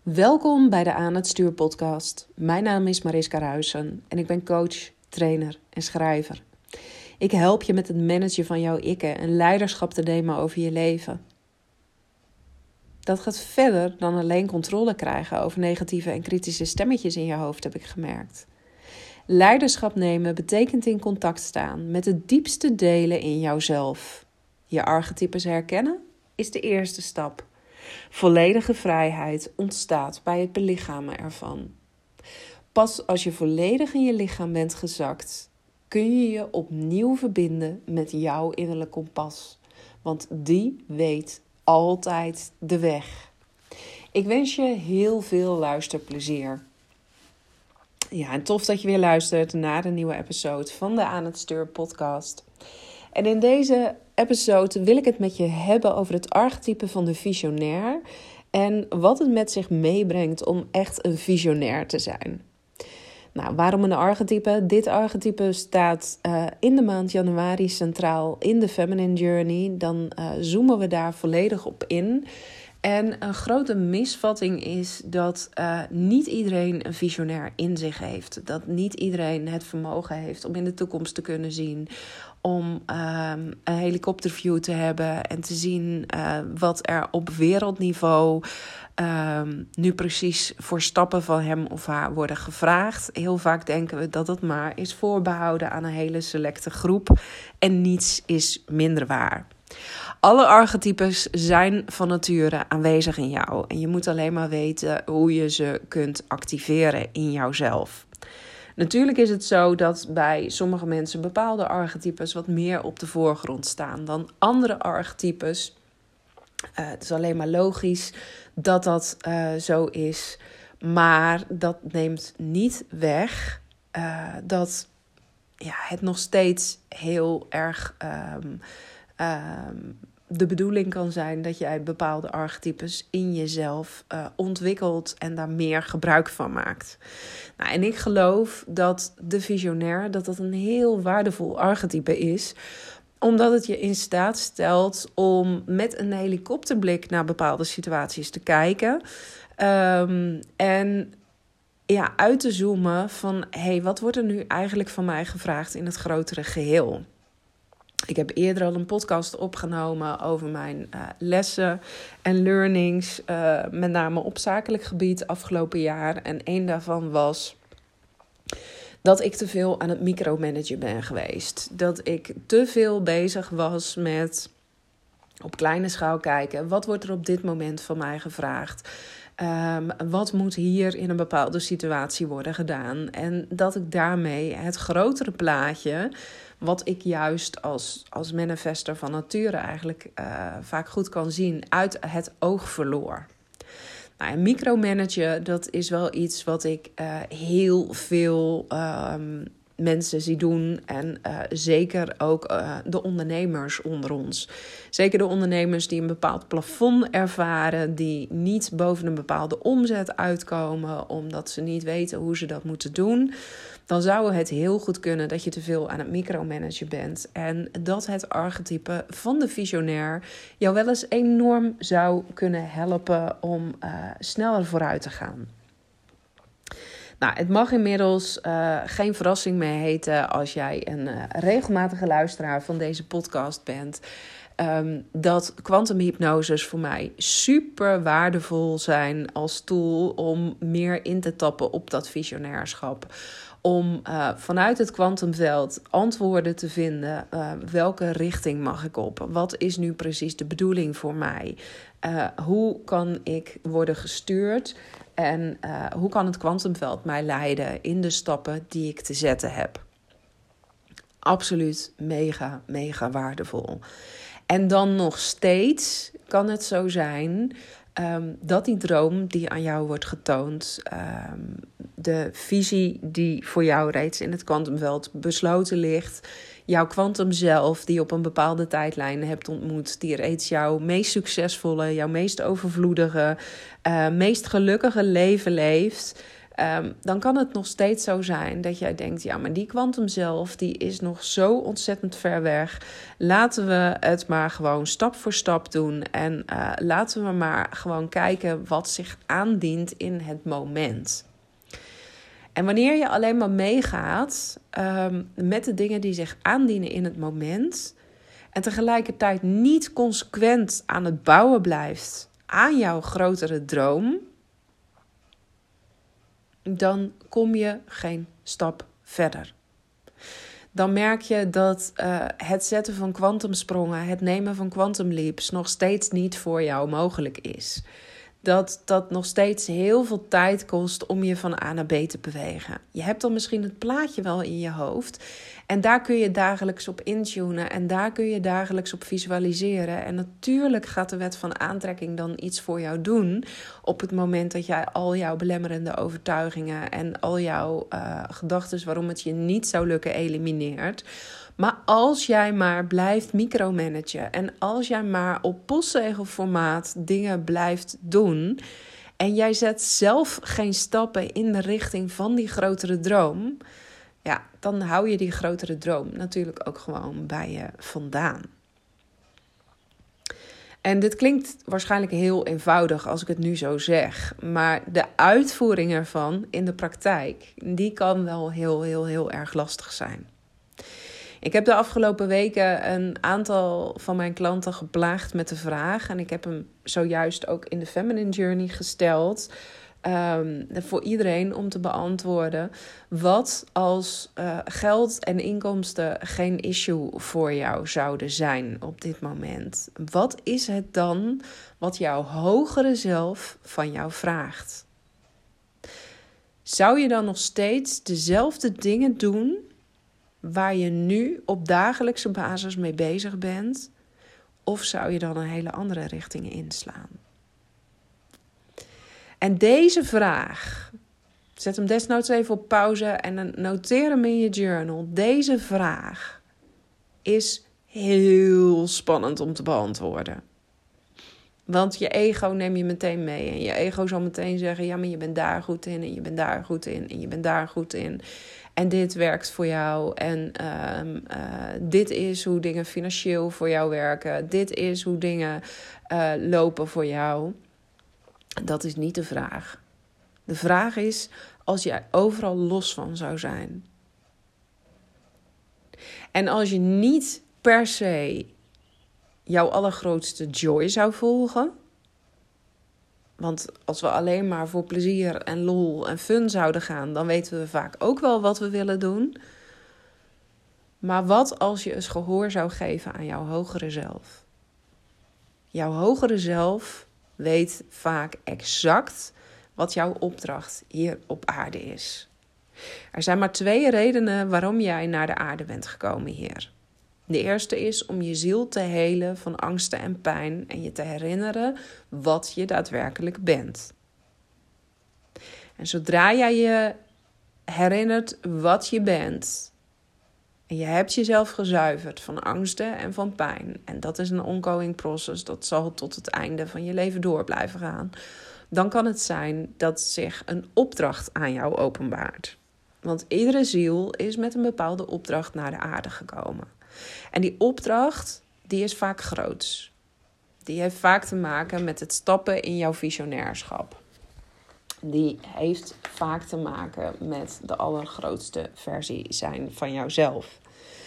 Welkom bij de Aan het Stuur podcast. Mijn naam is Mariska Ruijsen en ik ben coach, trainer en schrijver. Ik help je met het managen van jouw ikken en leiderschap te nemen over je leven. Dat gaat verder dan alleen controle krijgen over negatieve en kritische stemmetjes in je hoofd, heb ik gemerkt. Leiderschap nemen betekent in contact staan met de diepste delen in jouzelf. Je archetypes herkennen is de eerste stap. Volledige vrijheid ontstaat bij het belichamen ervan. Pas als je volledig in je lichaam bent gezakt, kun je je opnieuw verbinden met jouw innerlijk kompas. Want die weet altijd de weg. Ik wens je heel veel luisterplezier. Ja, en tof dat je weer luistert naar een nieuwe episode van de Aan het Stuur podcast. En in deze episode wil ik het met je hebben over het archetype van de visionair en wat het met zich meebrengt om echt een visionair te zijn. Nou, waarom een archetype? Dit archetype staat in de maand januari centraal in de Feminine Journey. Dan zoomen we daar volledig op in. En een grote misvatting is dat niet iedereen een visionair in zich heeft. Dat niet iedereen het vermogen heeft om in de toekomst te kunnen zien. Om een helikopterview te hebben en te zien wat er op wereldniveau nu precies voor stappen van hem of haar worden gevraagd. Heel vaak denken we dat het maar is voorbehouden aan een hele selecte groep en niets is minder waar. Alle archetypes zijn van nature aanwezig in jou en je moet alleen maar weten hoe je ze kunt activeren in jouzelf. Natuurlijk is het zo dat bij sommige mensen bepaalde archetypes wat meer op de voorgrond staan dan andere archetypes. Het is alleen maar logisch dat dat zo is, maar dat neemt niet weg dat het nog steeds heel erg de bedoeling kan zijn dat jij bepaalde archetypes in jezelf ontwikkelt en daar meer gebruik van maakt. Nou, en ik geloof dat de visionair dat een heel waardevol archetype is, omdat het je in staat stelt om met een helikopterblik naar bepaalde situaties te kijken en uit te zoomen van wat wordt er nu eigenlijk van mij gevraagd in het grotere geheel. Ik heb eerder al een podcast opgenomen over mijn lessen en learnings, met name op zakelijk gebied afgelopen jaar. En één daarvan was dat ik te veel aan het micromanagen ben geweest. Dat ik te veel bezig was met op kleine schaal kijken. Wat wordt er op dit moment van mij gevraagd? Wat moet hier in een bepaalde situatie worden gedaan? En dat ik daarmee het grotere plaatje, wat ik juist als manifester van nature eigenlijk vaak goed kan zien, uit het oog verloor. Nou, en micromanagen, dat is wel iets wat ik heel veel mensen zie doen. En zeker ook de ondernemers onder ons. Zeker de ondernemers die een bepaald plafond ervaren, die niet boven een bepaalde omzet uitkomen, omdat ze niet weten hoe ze dat moeten doen. Dan zou het heel goed kunnen dat je te veel aan het micromanagen bent. En dat het archetype van de visionair jou wel eens enorm zou kunnen helpen om sneller vooruit te gaan. Nou, het mag inmiddels geen verrassing meer heten als jij een regelmatige luisteraar van deze podcast bent, dat kwantumhypnoses voor mij super waardevol zijn als tool om meer in te tappen op dat visionairschap. Om vanuit het kwantumveld antwoorden te vinden. Welke richting mag ik op? Wat is nu precies de bedoeling voor mij? Hoe kan ik worden gestuurd? En hoe kan het kwantumveld mij leiden in de stappen die ik te zetten heb? Absoluut mega, mega waardevol. En dan nog steeds kan het zo zijn dat die droom die aan jou wordt getoond, de visie die voor jou reeds in het kwantumveld besloten ligt, jouw kwantum zelf die op een bepaalde tijdlijn hebt ontmoet, die reeds jouw meest succesvolle, jouw meest overvloedige, meest gelukkige leven leeft, Dan kan het nog steeds zo zijn dat jij denkt, ja, maar die kwantum zelf, die is nog zo ontzettend ver weg. Laten we het maar gewoon stap voor stap doen. En laten we maar gewoon kijken wat zich aandient in het moment. En wanneer je alleen maar meegaat met de dingen die zich aandienen in het moment, en tegelijkertijd niet consequent aan het bouwen blijft aan jouw grotere droom, dan kom je geen stap verder. Dan merk je dat het zetten van kwantumsprongen, het nemen van quantum leaps nog steeds niet voor jou mogelijk is. Dat nog steeds heel veel tijd kost om je van A naar B te bewegen. Je hebt dan misschien het plaatje wel in je hoofd. En daar kun je dagelijks op intunen. En daar kun je dagelijks op visualiseren. En natuurlijk gaat de wet van aantrekking dan iets voor jou doen. Op het moment dat jij al jouw belemmerende overtuigingen en al jouw gedachten waarom het je niet zou lukken elimineert. Maar als jij maar blijft micromanagen en als jij maar op postzegelformaat dingen blijft doen en jij zet zelf geen stappen in de richting van die grotere droom, ja, dan hou je die grotere droom natuurlijk ook gewoon bij je vandaan. En dit klinkt waarschijnlijk heel eenvoudig als ik het nu zo zeg, maar de uitvoering ervan in de praktijk, die kan wel heel erg lastig zijn. Ik heb de afgelopen weken een aantal van mijn klanten geplaagd met de vraag, en ik heb hem zojuist ook in de Feminine Journey gesteld, voor iedereen om te beantwoorden: wat als geld en inkomsten geen issue voor jou zouden zijn op dit moment? Wat is het dan wat jouw hogere zelf van jou vraagt? Zou je dan nog steeds dezelfde dingen doen waar je nu op dagelijkse basis mee bezig bent? Of zou je dan een hele andere richting inslaan? En deze vraag, zet hem desnoods even op pauze en noteer hem in je journal. Deze vraag is heel spannend om te beantwoorden. Want je ego neem je meteen mee. En je ego zal meteen zeggen, ja, maar je bent daar goed in en je bent daar goed in en je bent daar goed in. En dit werkt voor jou. En dit is hoe dingen financieel voor jou werken. Dit is hoe dingen lopen voor jou. Dat is niet de vraag. De vraag is, als jij overal los van zou zijn. En als je niet per se jouw allergrootste joy zou volgen. Want als we alleen maar voor plezier en lol en fun zouden gaan, dan weten we vaak ook wel wat we willen doen. Maar wat als je eens gehoor zou geven aan jouw hogere zelf? Jouw hogere zelf weet vaak exact wat jouw opdracht hier op aarde is. Er zijn maar 2 redenen waarom jij naar de aarde bent gekomen hier. De eerste is om je ziel te helen van angsten en pijn en je te herinneren wat je daadwerkelijk bent. En zodra jij je herinnert wat je bent en je hebt jezelf gezuiverd van angsten en van pijn, en dat is een ongoing process, dat zal tot het einde van je leven door blijven gaan, dan kan het zijn dat zich een opdracht aan jou openbaart. Want iedere ziel is met een bepaalde opdracht naar de aarde gekomen. En die opdracht, die is vaak groots. Die heeft vaak te maken met het stappen in jouw visionairschap. Die heeft vaak te maken met de allergrootste versie zijn van jouzelf.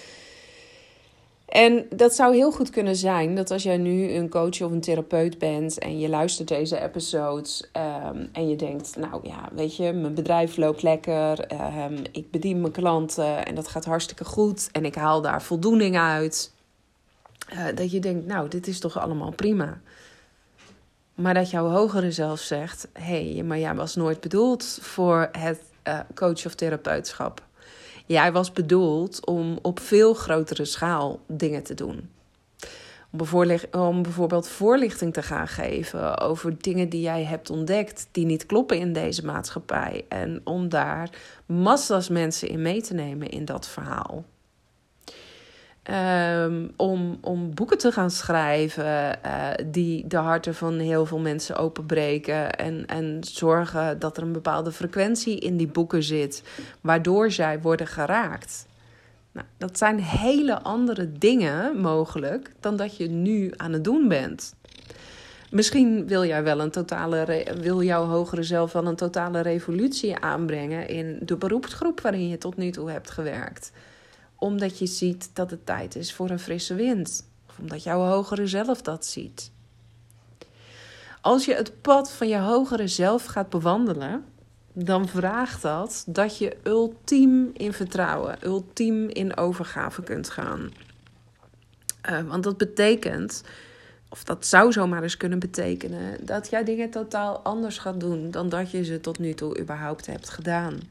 En dat zou heel goed kunnen zijn dat als jij nu een coach of een therapeut bent en je luistert deze episodes en je denkt, nou ja, weet je, mijn bedrijf loopt lekker, ik bedien mijn klanten en dat gaat hartstikke goed en ik haal daar voldoening uit. Dat je denkt, nou, dit is toch allemaal prima. Maar dat jouw hogere zelf zegt, hé, maar jij was nooit bedoeld voor het coach of therapeutschap. Jij was bedoeld om op veel grotere schaal dingen te doen. Om bijvoorbeeld voorlichting te gaan geven over dingen die jij hebt ontdekt die niet kloppen in deze maatschappij. En om daar massa's mensen in mee te nemen in dat verhaal. Om boeken te gaan schrijven die de harten van heel veel mensen openbreken. En zorgen dat er een bepaalde frequentie in die boeken zit, waardoor zij worden geraakt. Nou, dat zijn hele andere dingen mogelijk dan dat je nu aan het doen bent. Misschien wil jouw hogere zelf wel een totale revolutie aanbrengen in de beroepsgroep waarin je tot nu toe hebt gewerkt. Omdat je ziet dat het tijd is voor een frisse wind. Of omdat jouw hogere zelf dat ziet. Als je het pad van je hogere zelf gaat bewandelen, dan vraagt dat je ultiem in vertrouwen, ultiem in overgave kunt gaan. Want dat betekent, of dat zou zomaar eens kunnen betekenen, dat jij dingen totaal anders gaat doen dan dat je ze tot nu toe überhaupt hebt gedaan.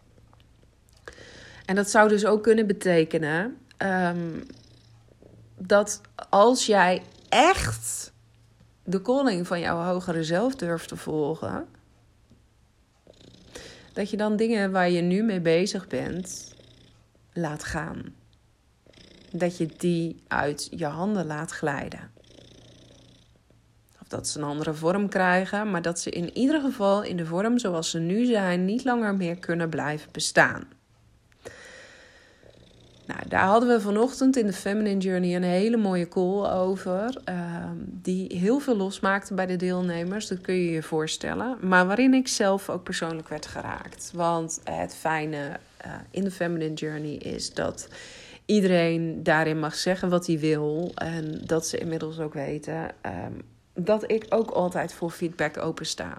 En dat zou dus ook kunnen betekenen dat als jij echt de calling van jouw hogere zelf durft te volgen, dat je dan dingen waar je nu mee bezig bent laat gaan. Dat je die uit je handen laat glijden. Of dat ze een andere vorm krijgen, maar dat ze in ieder geval in de vorm zoals ze nu zijn niet langer meer kunnen blijven bestaan. Nou, daar hadden we vanochtend in de Feminine Journey een hele mooie call over. Die heel veel losmaakte bij de deelnemers. Dat kun je je voorstellen. Maar waarin ik zelf ook persoonlijk werd geraakt. Want het fijne in de Feminine Journey is dat iedereen daarin mag zeggen wat hij wil. En dat ze inmiddels ook weten dat ik ook altijd voor feedback opensta.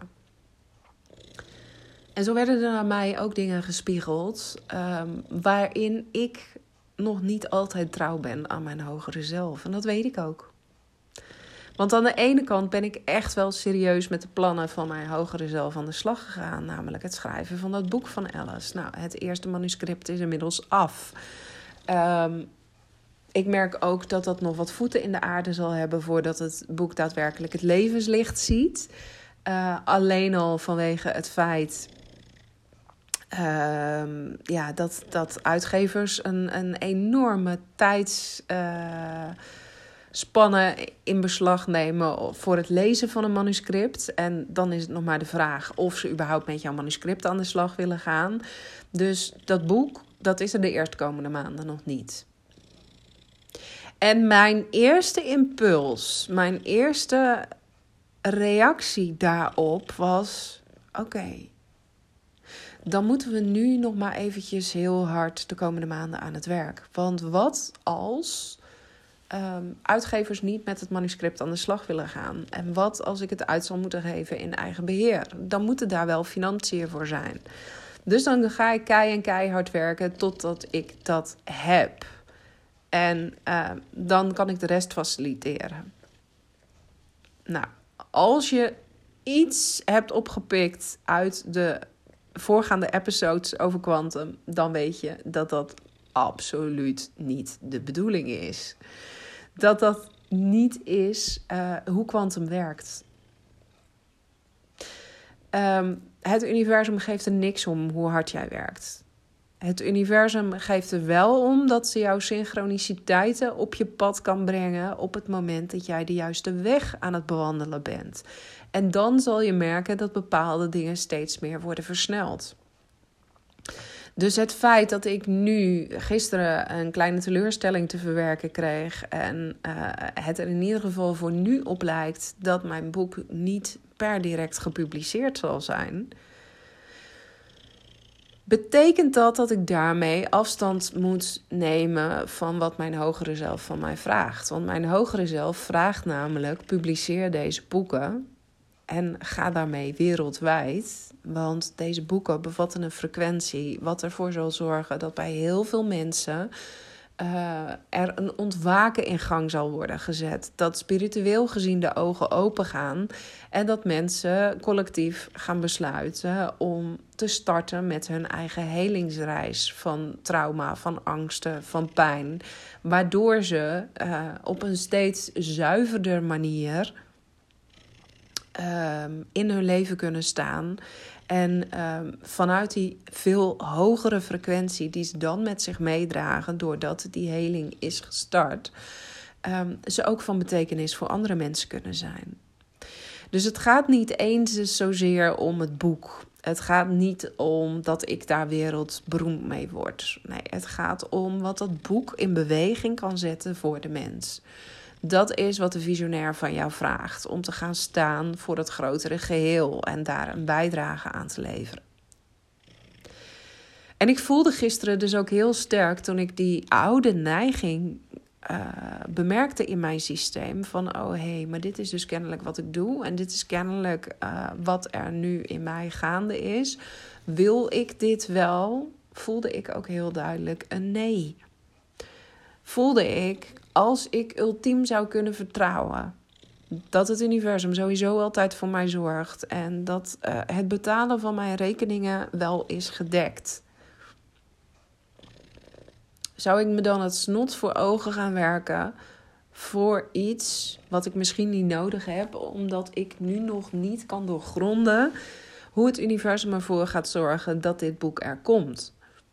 En zo werden er naar mij ook dingen gespiegeld waarin ik nog niet altijd trouw ben aan mijn hogere zelf. En dat weet ik ook. Want aan de ene kant ben ik echt wel serieus met de plannen van mijn hogere zelf aan de slag gegaan. Namelijk het schrijven van dat boek van Alice. Nou, het eerste manuscript is inmiddels af. Ik merk ook dat dat nog wat voeten in de aarde zal hebben voordat het boek daadwerkelijk het levenslicht ziet. Alleen al vanwege het feit dat uitgevers een enorme tijdsspanne in beslag nemen voor het lezen van een manuscript. En dan is het nog maar de vraag of ze überhaupt met jouw manuscript aan de slag willen gaan. Dus dat boek, dat is er de eerstkomende maanden nog niet. En mijn eerste impuls, mijn eerste reactie daarop was: oké. Dan moeten we nu nog maar eventjes heel hard de komende maanden aan het werk. Want wat als uitgevers niet met het manuscript aan de slag willen gaan? En wat als ik het uit zal moeten geven in eigen beheer? Dan moeten daar wel financiën voor zijn. Dus dan ga ik keihard werken totdat ik dat heb. En dan kan ik de rest faciliteren. Nou, als je iets hebt opgepikt uit de voorgaande episodes over quantum, dan weet je dat dat absoluut niet de bedoeling is. Dat niet is hoe quantum werkt. Het universum geeft er niks om hoe hard jij werkt. Het universum geeft er wel om dat ze jouw synchroniciteiten op je pad kan brengen op het moment dat jij de juiste weg aan het bewandelen bent. En dan zal je merken dat bepaalde dingen steeds meer worden versneld. Dus het feit dat ik nu gisteren een kleine teleurstelling te verwerken kreeg en het er in ieder geval voor nu op lijkt dat mijn boek niet per direct gepubliceerd zal zijn, betekent dat ik daarmee afstand moet nemen van wat mijn hogere zelf van mij vraagt. Want mijn hogere zelf vraagt namelijk: publiceer deze boeken en ga daarmee wereldwijd. Want deze boeken bevatten een frequentie wat ervoor zal zorgen dat bij heel veel mensen er een ontwaken in gang zal worden gezet. Dat spiritueel gezien de ogen open gaan en dat mensen collectief gaan besluiten om te starten met hun eigen helingsreis van trauma, van angsten, van pijn. Waardoor ze op een steeds zuiverder manier in hun leven kunnen staan. En vanuit die veel hogere frequentie die ze dan met zich meedragen, doordat die heling is gestart, ze ook van betekenis voor andere mensen kunnen zijn. Dus het gaat niet eens zozeer om het boek. Het gaat niet om dat ik daar wereldberoemd mee word. Nee, het gaat om wat dat boek in beweging kan zetten voor de mens. Dat is wat de visionair van jou vraagt. Om te gaan staan voor het grotere geheel en daar een bijdrage aan te leveren. En ik voelde gisteren dus ook heel sterk toen ik die oude neiging bemerkte in mijn systeem. Van maar dit is dus kennelijk wat ik doe. En dit is kennelijk wat er nu in mij gaande is. Wil ik dit wel? Voelde ik ook heel duidelijk een nee. Voelde ik, als ik ultiem zou kunnen vertrouwen, dat het universum sowieso altijd voor mij zorgt. En dat het betalen van mijn rekeningen wel is gedekt. Zou ik me dan het snot voor ogen gaan werken voor iets wat ik misschien niet nodig heb, omdat ik nu nog niet kan doorgronden hoe het universum ervoor gaat zorgen dat dit boek er komt?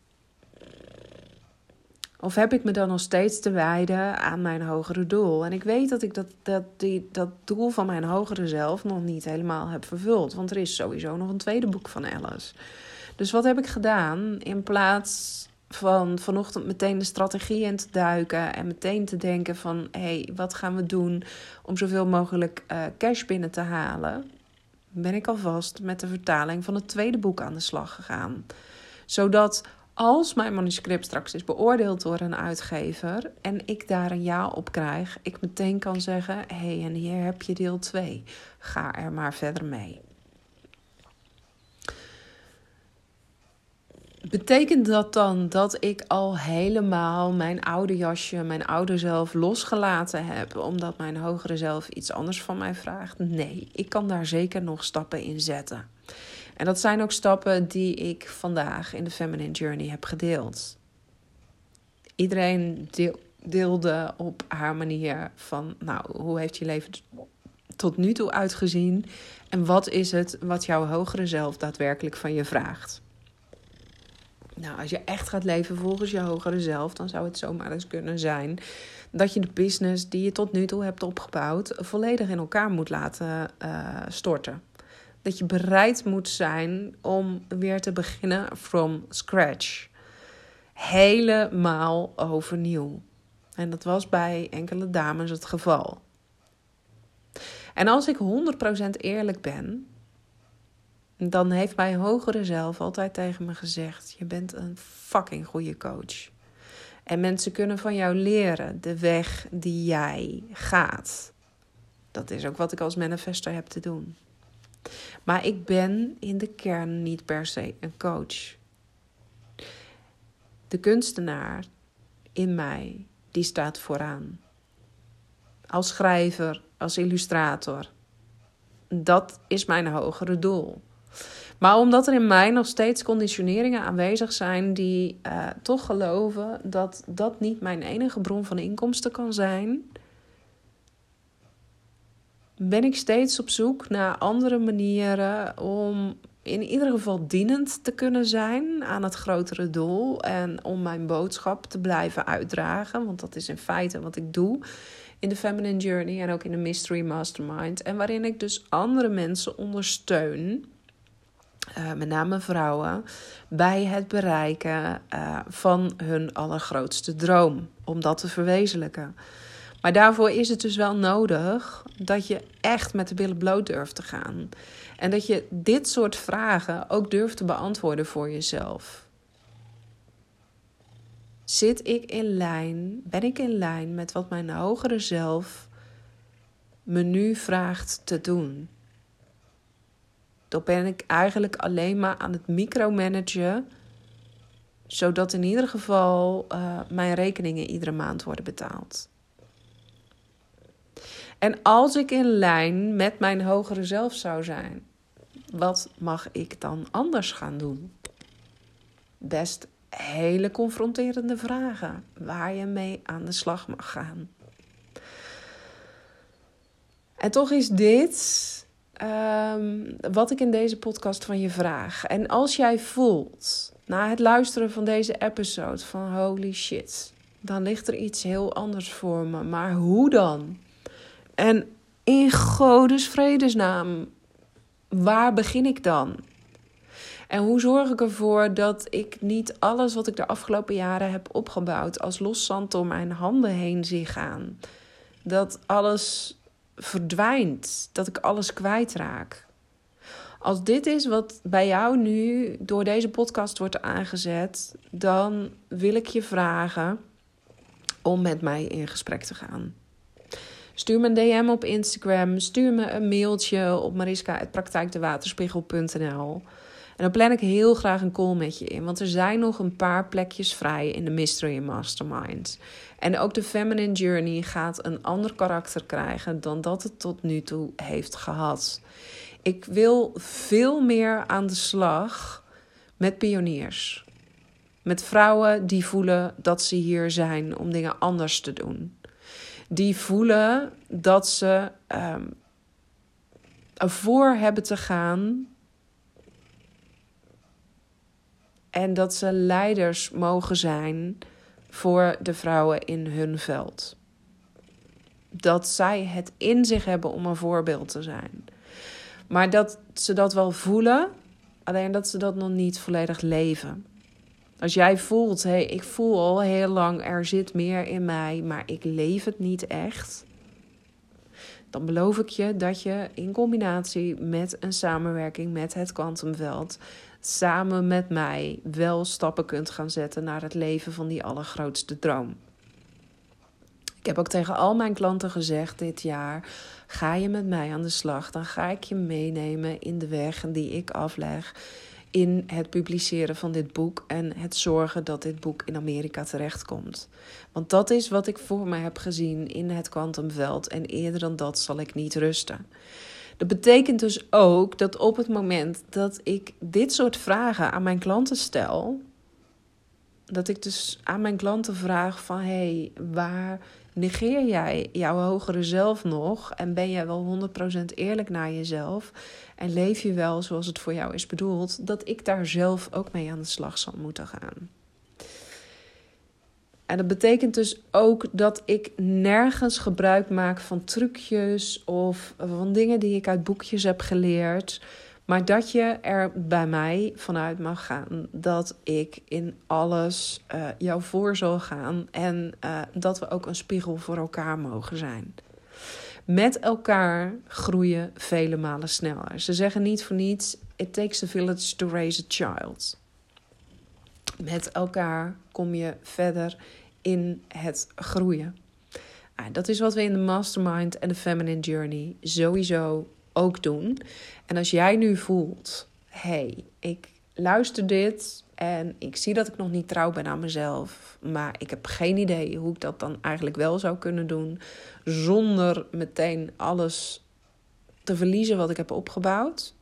Of heb ik me dan nog steeds te wijden aan mijn hogere doel? En ik weet dat ik dat doel van mijn hogere zelf nog niet helemaal heb vervuld. Want er is sowieso nog een tweede boek van Alice. Dus wat heb ik gedaan? In plaats van vanochtend meteen de strategie in te duiken en meteen te denken van, wat gaan we doen om zoveel mogelijk cash binnen te halen, ben ik alvast met de vertaling van het tweede boek aan de slag gegaan. Zodat als mijn manuscript straks is beoordeeld door een uitgever en ik daar een ja op krijg, ik meteen kan zeggen, en hier heb je deel 2. Ga er maar verder mee. Betekent dat dan dat ik al helemaal mijn oude jasje, mijn oude zelf losgelaten heb, omdat mijn hogere zelf iets anders van mij vraagt? Nee, ik kan daar zeker nog stappen in zetten. En dat zijn ook stappen die ik vandaag in de Feminine Journey heb gedeeld. Iedereen deelde op haar manier van, hoe heeft je leven tot nu toe uitgezien? En wat is het wat jouw hogere zelf daadwerkelijk van je vraagt? Als je echt gaat leven volgens je hogere zelf, dan zou het zomaar eens kunnen zijn dat je de business die je tot nu toe hebt opgebouwd volledig in elkaar moet laten storten. Dat je bereid moet zijn om weer te beginnen from scratch. Helemaal overnieuw. En dat was bij enkele dames het geval. En als ik 100% eerlijk ben, dan heeft mijn hogere zelf altijd tegen me gezegd, je bent een fucking goede coach. En mensen kunnen van jou leren de weg die jij gaat. Dat is ook wat ik als manifester heb te doen. Maar ik ben in de kern niet per se een coach. De kunstenaar in mij, die staat vooraan. Als schrijver, als illustrator. Dat is mijn hogere doel. Maar omdat er in mij nog steeds conditioneringen aanwezig zijn die toch geloven dat dat niet mijn enige bron van inkomsten kan zijn, ben ik steeds op zoek naar andere manieren om in ieder geval dienend te kunnen zijn aan het grotere doel en om mijn boodschap te blijven uitdragen, want dat is in feite wat ik doe in de Feminine Journey en ook in de Mystery Mastermind, en waarin ik dus andere mensen ondersteun, met name vrouwen, bij het bereiken van hun allergrootste droom, om dat te verwezenlijken. Maar daarvoor is het dus wel nodig dat je echt met de billen bloot durft te gaan. En dat je dit soort vragen ook durft te beantwoorden voor jezelf. Ben ik in lijn met wat mijn hogere zelf me nu vraagt te doen? Dan ben ik eigenlijk alleen maar aan het micromanagen, zodat in ieder geval mijn rekeningen iedere maand worden betaald. En als ik in lijn met mijn hogere zelf zou zijn, wat mag ik dan anders gaan doen? Best hele confronterende vragen waar je mee aan de slag mag gaan. En toch is dit wat ik in deze podcast van je vraag. En als jij voelt, na het luisteren van deze episode, van holy shit, dan ligt er iets heel anders voor me. Maar hoe dan? En in Godes vredesnaam, waar begin ik dan? En hoe zorg ik ervoor dat ik niet alles wat ik de afgelopen jaren heb opgebouwd als los zand door mijn handen heen zie gaan? Dat alles verdwijnt, dat ik alles kwijtraak. Als dit is wat bij jou nu door deze podcast wordt aangezet, dan wil ik je vragen om met mij in gesprek te gaan. Stuur me een DM op Instagram, stuur me een mailtje op mariska@praktijkdewaterspiegel.nl. En dan plan ik heel graag een call met je in. Want er zijn nog een paar plekjes vrij in de Mystery Mastermind. En ook de Feminine Journey gaat een ander karakter krijgen dan dat het tot nu toe heeft gehad. Ik wil veel meer aan de slag met pioniers. Met vrouwen die voelen dat ze hier zijn om dingen anders te doen. Die voelen dat ze ervoor hebben te gaan. En dat ze leiders mogen zijn voor de vrouwen in hun veld. Dat zij het in zich hebben om een voorbeeld te zijn. Maar dat ze dat wel voelen, alleen dat ze dat nog niet volledig leven. Als jij voelt, hey, ik voel al heel lang, er zit meer in mij, maar ik leef het niet echt. Dan beloof ik je dat je in combinatie met een samenwerking met het kwantumveld samen met mij wel stappen kunt gaan zetten naar het leven van die allergrootste droom. Ik heb ook tegen al mijn klanten gezegd dit jaar, ga je met mij aan de slag, dan ga ik je meenemen in de weg die ik afleg in het publiceren van dit boek en het zorgen dat dit boek in Amerika terechtkomt. Want dat is wat ik voor me heb gezien in het kwantumveld en eerder dan dat zal ik niet rusten. Dat betekent dus ook dat op het moment dat ik dit soort vragen aan mijn klanten stel, dat ik dus aan mijn klanten vraag van hey, waar negeer jij jouw hogere zelf nog en ben jij wel 100% eerlijk naar jezelf en leef je wel zoals het voor jou is bedoeld, dat ik daar zelf ook mee aan de slag zal moeten gaan. En dat betekent dus ook dat ik nergens gebruik maak van trucjes of van dingen die ik uit boekjes heb geleerd. Maar dat je er bij mij vanuit mag gaan dat ik in alles jou voor zal gaan. En dat we ook een spiegel voor elkaar mogen zijn. Met elkaar groeien vele malen sneller. Ze zeggen niet voor niets, it takes a village to raise a child. Met elkaar kom je verder in het groeien. Dat is wat we in de Mastermind en de Feminine Journey sowieso ook doen. En als jij nu voelt, hey, ik luister dit en ik zie dat ik nog niet trouw ben aan mezelf, maar ik heb geen idee hoe ik dat dan eigenlijk wel zou kunnen doen, zonder meteen alles te verliezen wat ik heb opgebouwd.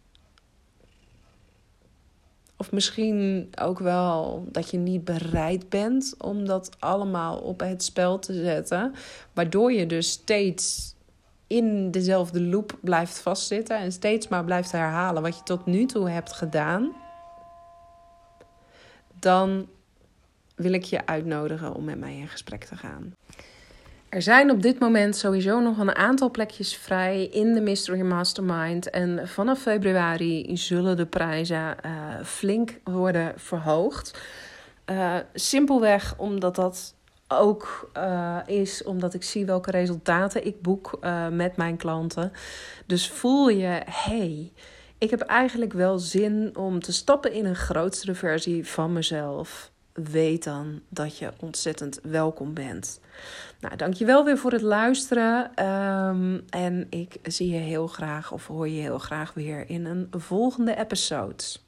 Of misschien ook wel dat je niet bereid bent om dat allemaal op het spel te zetten. Waardoor je dus steeds in dezelfde loop blijft vastzitten. En steeds maar blijft herhalen wat je tot nu toe hebt gedaan. Dan wil ik je uitnodigen om met mij in gesprek te gaan. Er zijn op dit moment sowieso nog een aantal plekjes vrij in de Mystery Mastermind. En vanaf februari zullen de prijzen flink worden verhoogd. Simpelweg omdat dat ook is omdat ik zie welke resultaten ik boek met mijn klanten. Dus voel je, hey, ik heb eigenlijk wel zin om te stappen in een grotere versie van mezelf. Weet dan dat je ontzettend welkom bent. Nou, dankjewel weer voor het luisteren. En ik zie je heel graag of hoor je heel graag weer in een volgende episode.